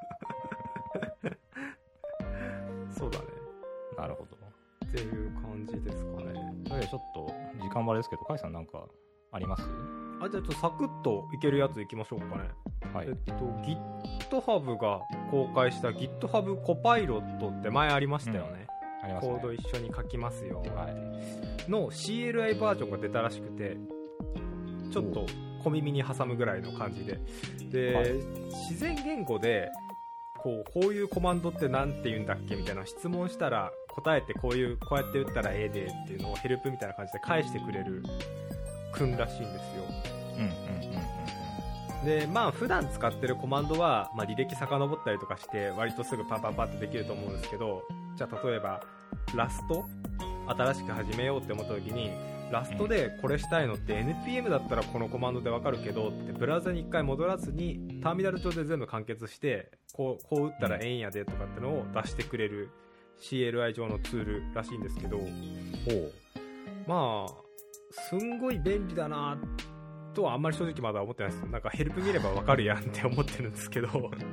そうだね。 なるほど。 っていう感じですかね。 それでちょっと時間割ですけど、甲斐さんなんかあります？ あ、じゃあちょっとサクッといけるやついきましょうかね。はい。えっと GitHub が公開した GitHub コパイロットって前ありましたよね。うん、ありますね。コード一緒に書きますよ。はい。の シーエルアイ バージョンが出たらしくて、 ちょっと小耳に挟むぐらいの感じで、で、はい、自然言語でこうこういうコマンドってなんて言うんだっけみたいな質問したら答えてこういうこうやって打ったらええでっていうのをヘルプみたいな感じで返してくれる君らしいんですよ。 うんうんうんうん。 でまあ普段使ってるコマンドは、まあ、履歴遡ったりとかして割とすぐパンパンパンってできると思うんですけど、じゃあ例えばラスト新しく始めようって思った時にラストでこれしたいのって エヌピーエム だったらこのコマンドでわかるけどってブラウザに一回戻らずにターミナル上で全部完結してこう、こう打ったらええんやでとかってのを出してくれる シーエルアイ 上のツールらしいんですけど、まあすんごい便利だなとはあんまり正直まだ思ってないです。なんかヘルプ見ればわかるやんって思ってるんですけど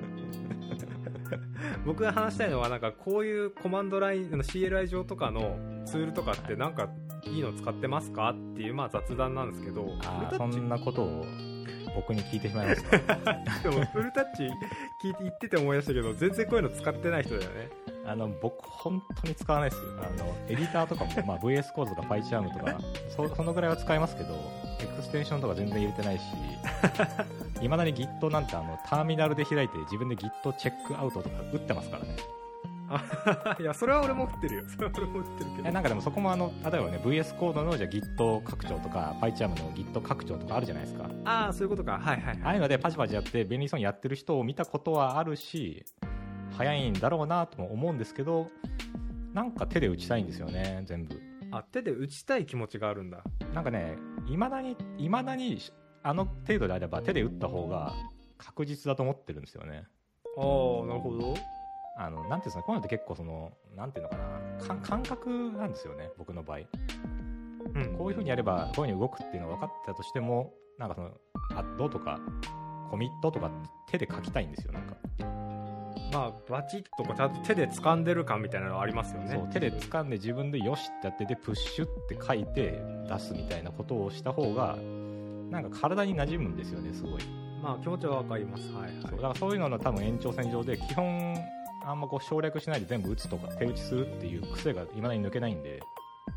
僕が話したいのはなんかこういうコマンドラインの シーエルアイ 上とかのツールとかってなんかいいの使ってますかっていうまあ雑談なんですけど、 あそんなことを僕に聞いてしまいましたでもフルタッチ聞いて言ってて思い出したけど全然こういうの使ってない人だよね。 あの僕本当に使わないですよ。あのエディターとかも、まあ、ブイエス コードとか PyCharm とか そ, そのぐらいは使いますけどエクステンションとか全然入れてないしいまだに Git なんてあのターミナルで開いて自分で Git チェックアウトとか打ってますからね。 あいやそれは俺も打ってるよ。それは俺も打ってるけど、 えなんかでもそこもあの例えばね ブイエス コードのじゃあ Git 拡張とか PyCharm の Git 拡張とかあるじゃないですか。 ああそういうことか。はいはい、はい、 ああいうのでパチパチやって便利そうにやってる人を見たことはあるし早いんだろうなとも思うんですけど、なんか手で打ちたいんですよね全部。 あ手で打ちたい気持ちがあるんだ。 なんかねいまだにいまだにあの程度であれば手で打った方が確実だと思ってるんですよね。 ああなるほど。 あのなんていうんですか、こういうのって結構そのなんていうのかな感覚なんですよね僕の場合、うん、こういう風にやればこういう風に動くっていうのが分かってたとしてもなんかそのアッドとかコミットとか手で書きたいんですよ。なんかまあバチッとかちゃんと手で掴んでる感みたいなのありますよね。 そう手で掴んで自分でよしってやってでプッシュって書いて出すみたいなことをした方がなんか体に馴染むんですよねすごい。 まあ気持ちは分かります。はいはい。 そうだからそういうのの多分延長線上で基本あんまこう省略しないで全部打つとか手打ちするっていう癖が未だに抜けないんで。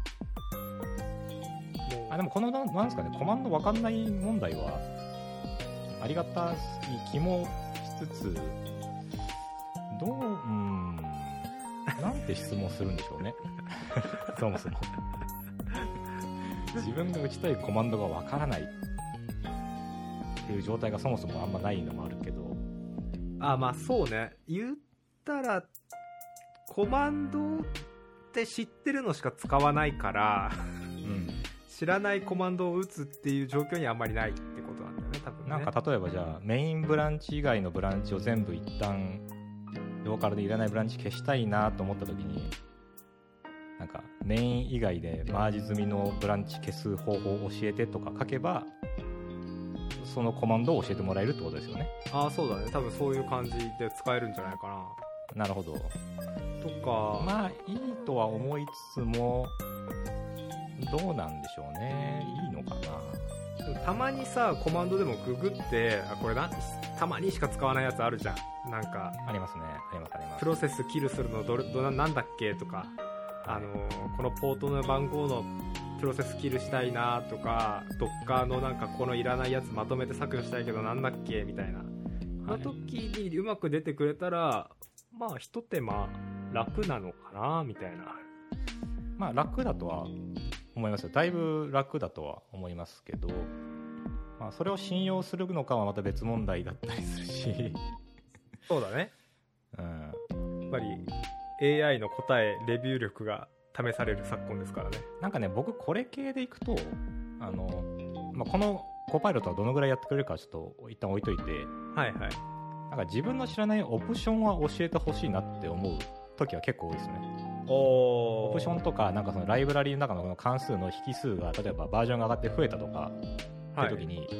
あでもこのなんですかねコマンド分かんない問題はありがたい気もしつつどううーんなんて質問するんでしょうねそもそも自分が打ちたいコマンドが分からないっていう状態がそもそもあんまないのもあるけど。 あまあそうね言ったらコマンドって知ってるのしか使わないから、うん、知らないコマンドを打つっていう状況にあんまりないってことなんだよね多分ね。 なんか例えばじゃあメインブランチ以外のブランチを全部一旦ローカルでいらないブランチ消したいなと思った時になんかメイン以外でマージ済みのブランチ消す方法を教えてとか書けばそのコマンドを教えてもらえるってことですよね。 ああそうだね多分そういう感じで使えるんじゃないかな。 なるほど。 とかまあいいとは思いつつもどうなんでしょうね。いいのかな。 たまにさコマンドでもググってあこれなたまにしか使わないやつあるじゃん。なんかありますねありますあります。 プロセスキルするのどれどななんだっけとかあのこのポートの番号のプロセスキルしたいなとかドッカーのなんかこのいらないやつまとめて削除したいけどなんだっけみたいなの時にうまく出てくれたらまあ一手間楽なのかなみたいな。 まあ楽だとは思いますよ。だいぶ楽だとは思いますけど、まあ、それを信用するのかはまた別問題だったりするしそうだね、うん、やっぱり エーアイ の答えレビュー力が試される昨今ですからね。 なんかね僕これ系でいくとあの、まあ、このコパイロットはどのぐらいやってくれるかちょっと一旦置いといて、 はいはい、 なんか自分の知らないオプションは教えてほしいなって思う時は結構多いですね。 おオプションとかなんかそのライブラリーの中のこの関数の引数が例えばバージョンが上がって増えたとかって時に、はい、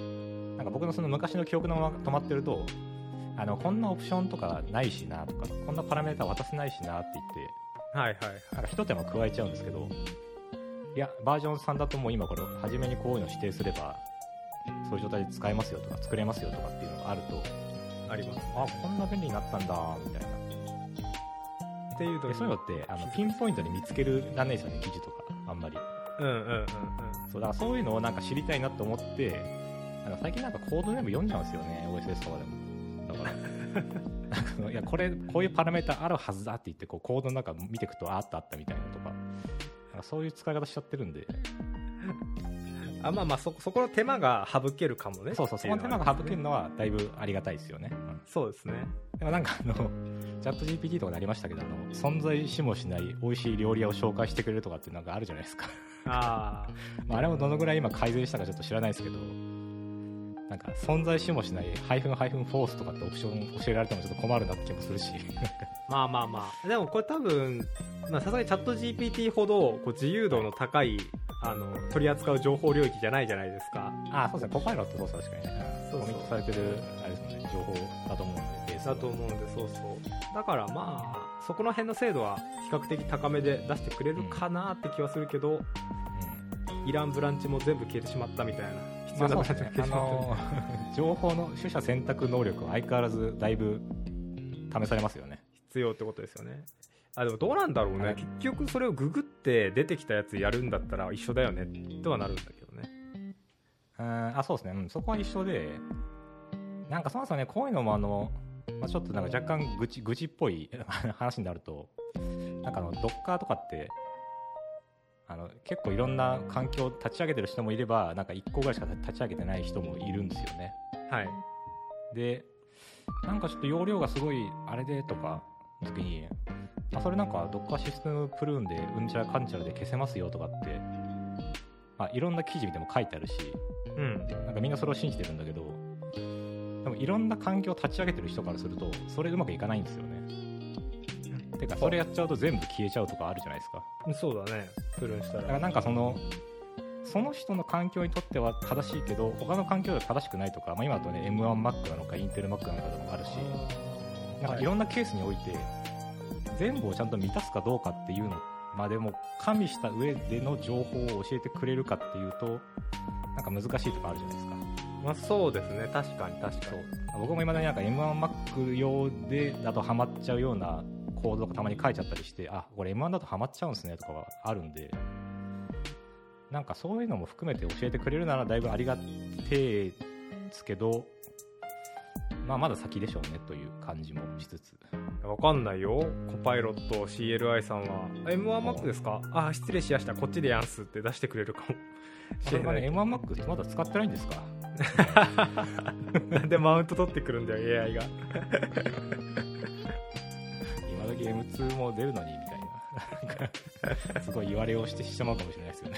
なんか僕のその昔の記憶のまま止まってるとあのこんなオプションとかないしなとかこんなパラメータ渡せないしなって言ってはいはいなんか一手間加えちゃうんですけど、いやバージョンさんだともう今これ初めにこういうの指定すればそういう状態で使えますよとか作れますよとかっていうのがあるとあります。 あこんな便利になったんだみたいなっていうとそういうのってあのピンポイントに見つけるらんないですよね記事とかあんまり。 うんうんうんうん。 そうだからそういうのをなんか知りたいなと思ってあの最近なんかコード全部読んじゃうんですよね オーエスエス とかでも。だからなんかいやこれこういうパラメータあるはずだって言ってこうコードの中見ていくとあったあったみたいなとか、なんかそういう使い方しちゃってるんで。 あまあまあ そ, そこの手間が省けるかもね。 そうそう、そこの手間が省けるのはだいぶありがたいですよね、うん、 そうですね。 でもなんかあのチャット ジーピーティー とかでありましたけど、あの存在しもしない美味しい料理屋を紹介してくれるとかっていうのがあるじゃないですかあまああれもどのぐらい今改善したかちょっと知らないですけど、なんか存在しもしないハイフンハイフンフォースとかってオプション教えられてもちょっと困るなって気もするしまあまあまあでもこれ多分さすがにチャット ジーピーティー ほどこう自由度の高いあの取り扱う情報領域じゃないじゃないですか。 ああそうですね、コパイロットそうそう確かにね、 そうそうコミットされてるあれですもんね、情報だと思うんでベースだと思うんで、そうそうだからまあそこの辺の精度は比較的高めで出してくれるかなって気はするけど、うん、いらんブランチも全部消えてしまったみたいな、必要なブランチも消えてしまった、まあそうですね、 あの情報の取捨選択能力は相変わらずだいぶ試されますよね。 必要ってことですよね。あでもどうなんだろうね、はい、結局それをググって出てきたやつやるんだったら一緒だよねとはなるんだけどね。 うん、あそうですね、うん、そこは一緒で、なんかそもそもねこういうのもあの、まあ、ちょっとなんか若干愚痴愚痴っぽい話になると、なんかあの Docker とかってあの結構いろんな環境を立ち上げてる人もいれば、なんかいっこぐらいしか立ち上げてない人もいるんですよね。 はい。 でなんかちょっと容量がすごいあれでとかの時に、あそれなんか Docker システムプルーンでうんちゃらかんちゃらで消せますよとかって、まあ、いろんな記事見ても書いてあるし、 うん、 なんかみんなそれを信じてるんだけど、でもいろんな環境を立ち上げてる人からするとそれうまくいかないんですよね。てかそれやっちゃうと全部消えちゃうとかあるじゃないですか。 そうだね、プルーンしたら。 だからなんかそのその人の環境にとっては正しいけど他の環境では正しくないとか、まあ、今だとね エムワンマック なのかインテル Mac なのかとかもあるし、なんかいろんなケースにおいて全部をちゃんと満たすかどうかっていうのまでも加味した上での情報を教えてくれるかっていうとなんか難しいとかあるじゃないですか。 まあそうですね、確かに確かに。 僕も今ねなんか エムワンマック 用でだとハマっちゃうようなコードとかたまに書いちゃったりして、あこれ エムワン だとハマっちゃうんですねとかはあるんで、なんかそういうのも含めて教えてくれるならだいぶありがてえですけど、まあまだ先でしょうねという感じもしつつ。 わかんないよ、コパイロット シーエルアイ さんは エムワンマック ですか、ああ失礼しやした、こっちでやんすって出してくれるかもそれがね エムワンマック まだ使ってないんですかなんでマウント取ってくるんだよ エーアイ が今時 エムツー も出るのにみたいなすごい言われをしてしまうかもしれないですよね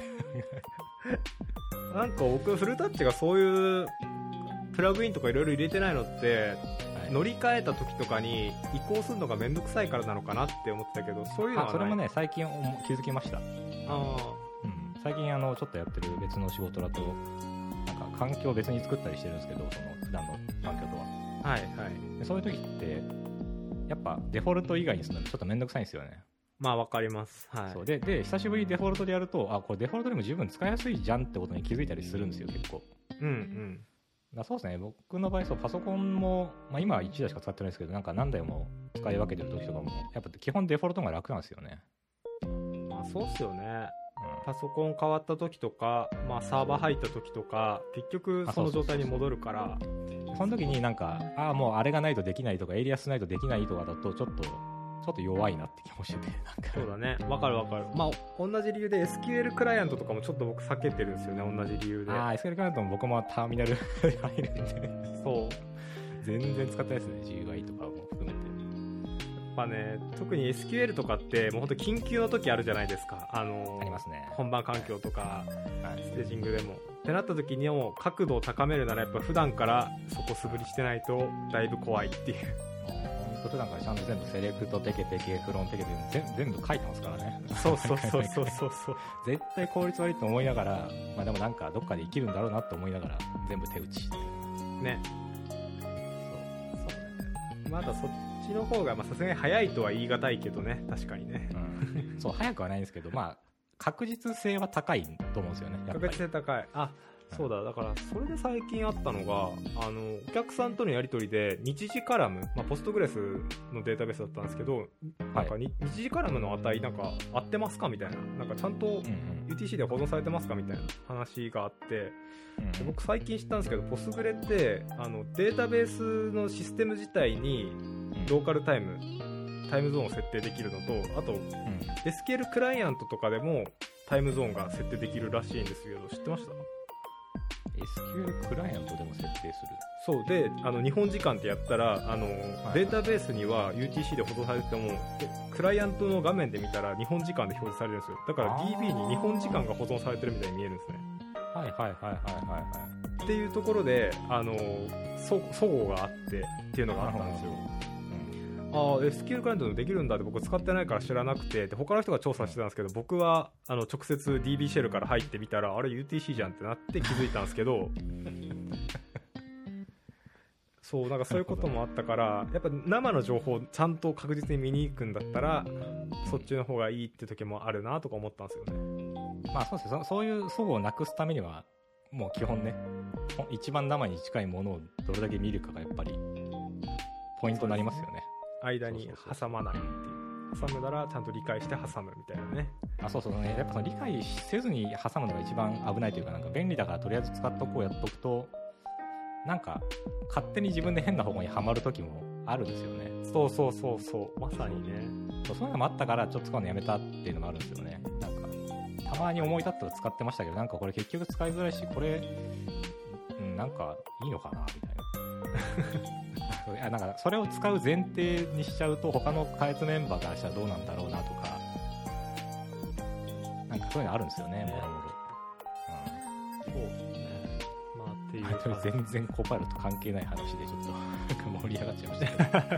なんか僕フルタッチがそういうプラグインとかいろいろ入れてないのって、はい、乗り換えた時とかに移行するのがめんどくさいからなのかなって思ってたけど、そういうのはない。 あそれもね最近気づきました。あ、うん、最近あのちょっとやってる別の仕事だとなんか環境を別に作ったりしてるんですけど、その普段の環境とははいはいでそういう時ってやっぱデフォルト以外にするのちょっとめんどくさいんですよね。 まあわかります、はい、 そう で, で久しぶりにデフォルトでやるとあこれデフォルトでも十分使いやすいじゃんってことに気づいたりするんですよ結構。 うんうんだそうですね、僕の場合そうパソコンも、まあ、今はいちだいしか使ってないですけどなんか何台も使い分けてる時とかもやっぱ基本デフォルトが楽なんですよね。 まあそうっすよね、うん、パソコン変わった時とか、まあ、サーバー入った時とか結局その状態に戻るから、 その時になんかああもうあれがないとできないとかエイリアスないとできないとかだとちょっとちょっと弱いなって気もしてて、なんかそうだね、わかるわかる。まあ同じ理由で エスキューエル クライアントとかもちょっと僕避けてるんですよね、同じ理由で。 ああ エスキューエル クライアントも僕もターミナルで入るんでそう全然使ってないですね ジーユーアイ とかも含めて。 やっぱね特に エスキューエル とかってもう本当緊急の時あるじゃないですか、あのー、 ありますね、 本番環境とか、 はい、 ステージングでもってなった時にも角度を高めるならやっぱ普段からそこ素振りしてないとだいぶ怖いっていう。 普段からちゃんと全部セレクトテケテケフロンテケテケ全部書いてますからね。 そうそうそうそうそうそう絶対効率悪いと思いながら、まあでもなんかどっかで生きるんだろうなと思いながら全部手打ちね。そうそうね。まだそっちの方がさすがに早いとは言い難いけどね、確かにね。 うん、そう早くはないんですけど、まあ確実性は高いと思うんですよね。やっぱり確実性高い。あ。そうだ、だからそれで最近あったのがあのお客さんとのやり取りで日時カラム、まあ、ポストグレスのデータベースだったんですけど、はい、なんか日時カラムの値なんか合ってますかみたいな、なんかちゃんと ユーティーシー で保存されてますかみたいな話があって、 で僕最近知ったんですけど、ポスグレってあのデータベースのシステム自体にローカルタイム、タイムゾーンを設定できるのと、あと、うん、エスキューエル クライアントとかでもタイムゾーンが設定できるらしいんですけど、知ってました？ エスキューエル クライアントでも設定する。 そうで、あの日本時間ってやったらあの、はいはい、データベースには ユーティーシー で保存されててもクライアントの画面で見たら日本時間で表示されるんですよ。だから ディービー に日本時間が保存されてるみたいに見えるんですね。 はいはいはいはいはいはいっていうところであのそ齟齬があってっていうのがあったんですよ。ああ エスキューエル クライアントでもできるんだって僕使ってないから知らなくて、で他の人が調査してたんですけど、僕はあの直接 ディービー シェルから入ってみたらあれ ユーティーシー じゃんってなって気づいたんですけどそうなんかそういうこともあったからやっぱ生の情報をちゃんと確実に見に行くんだったらそっちの方がいいって時もあるなとか思ったんですよね。 まあそうですね、そ, そういう齟齬をなくすためにはもう基本ね、一番生に近いものをどれだけ見るかがやっぱりポイントになりますよね。 間に挟まないっていう、挟むならちゃんと理解して挟むみたいなね。 あ、そうそうね、やっぱその理解せずに挟むのが一番危ないというか、なんか便利だからとりあえず使っとこうやっとくとなんか勝手に自分で変な方向にはまる時もあるんですよね。 そうそうそうそう、まさにね。 そう、そういうのもあったからちょっと使うのやめたっていうのもあるんですよね。なんかたまに思い立ったら使ってましたけど、なんかこれ結局使いづらいし、これ、うん、なんかいいのかなみたいななんかそれを使う前提にしちゃうと他の開発メンバーからしたらどうなんだろうなとか、なんかそういうのあるんですよね、もろもろ。 そうですね。まあっていう全然コパイロット関係ない話でちょっと盛り上がっちゃいましたけど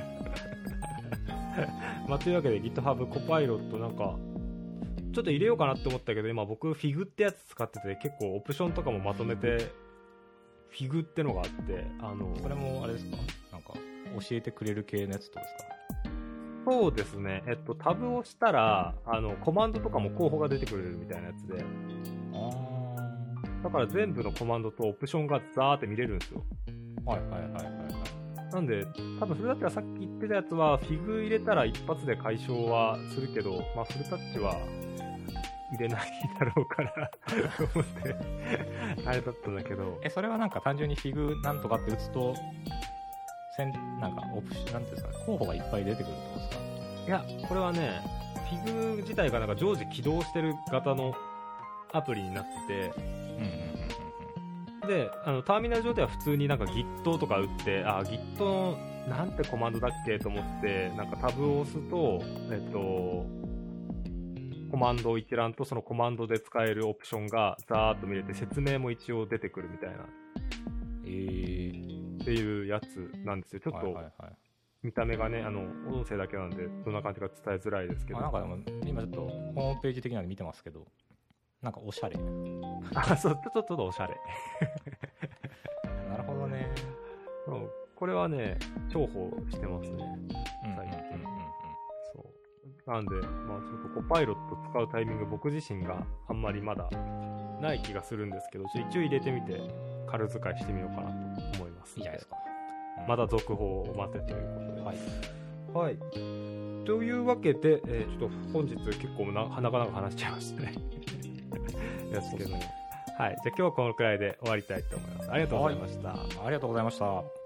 まあというわけで GitHub コパイロットなんかちょっと入れようかなって思ったけど、今僕フィグってやつ使ってて結構オプションとかもまとめてフィグってのがあって、あのそれもあれですか、なんか教えてくれる系のやつってことですか？ そうですね、えっとタブをしたらあのコマンドとかも候補が出てくれるみたいなやつで、あだから全部のコマンドとオプションがザーって見れるんですよ。 はいはいはいはいはい。 なんで多分それだったらさっき言ってたやつはフィグ入れたら一発で解消はするけど、まあフルタッチは入れないだろうから思ってあれだったんだけど、 えそれはなんか単純にフィグなんとかって打つとせんなんかオプションなんていうんですか、候補がいっぱい出てくるってことですか？ いやこれはね、フィグ自体がなんか常時起動してる型のアプリになってて、うんうんうん、であのターミナル上では普通になんか Git とか打って、あ Git のなんてコマンドだっけと思ってなんかタブを押すと、えっとコマンド一覧とそのコマンドで使えるオプションがザーッと見れて説明も一応出てくるみたいな、 えー、 っていうやつなんですよ。ちょっと見た目がね、あの音声だけなんでどんな感じか伝えづらいですけど、 なんかでも今ちょっとホームページ的なの見てますけど、なんかおしゃれあ、そう、ちょっとおしゃれなるほどね。 これはね重宝してますね最近、うんうんうんうん、そうなんで、まあ、ちょっとコパイロット使うタイミング僕自身があんまりまだない気がするんですけど、ちょ一応入れてみて軽使いしてみようかなと思います。 いいじゃないですか、 うん、まだ続報を待てということで、 はい、 はい、というわけで、えー、ちょっと本日結構なかなか話しちゃいましたねですけど、はい、じゃあ今日はこのくらいで終わりたいと思います。ありがとうございました。 はい、ありがとうございました。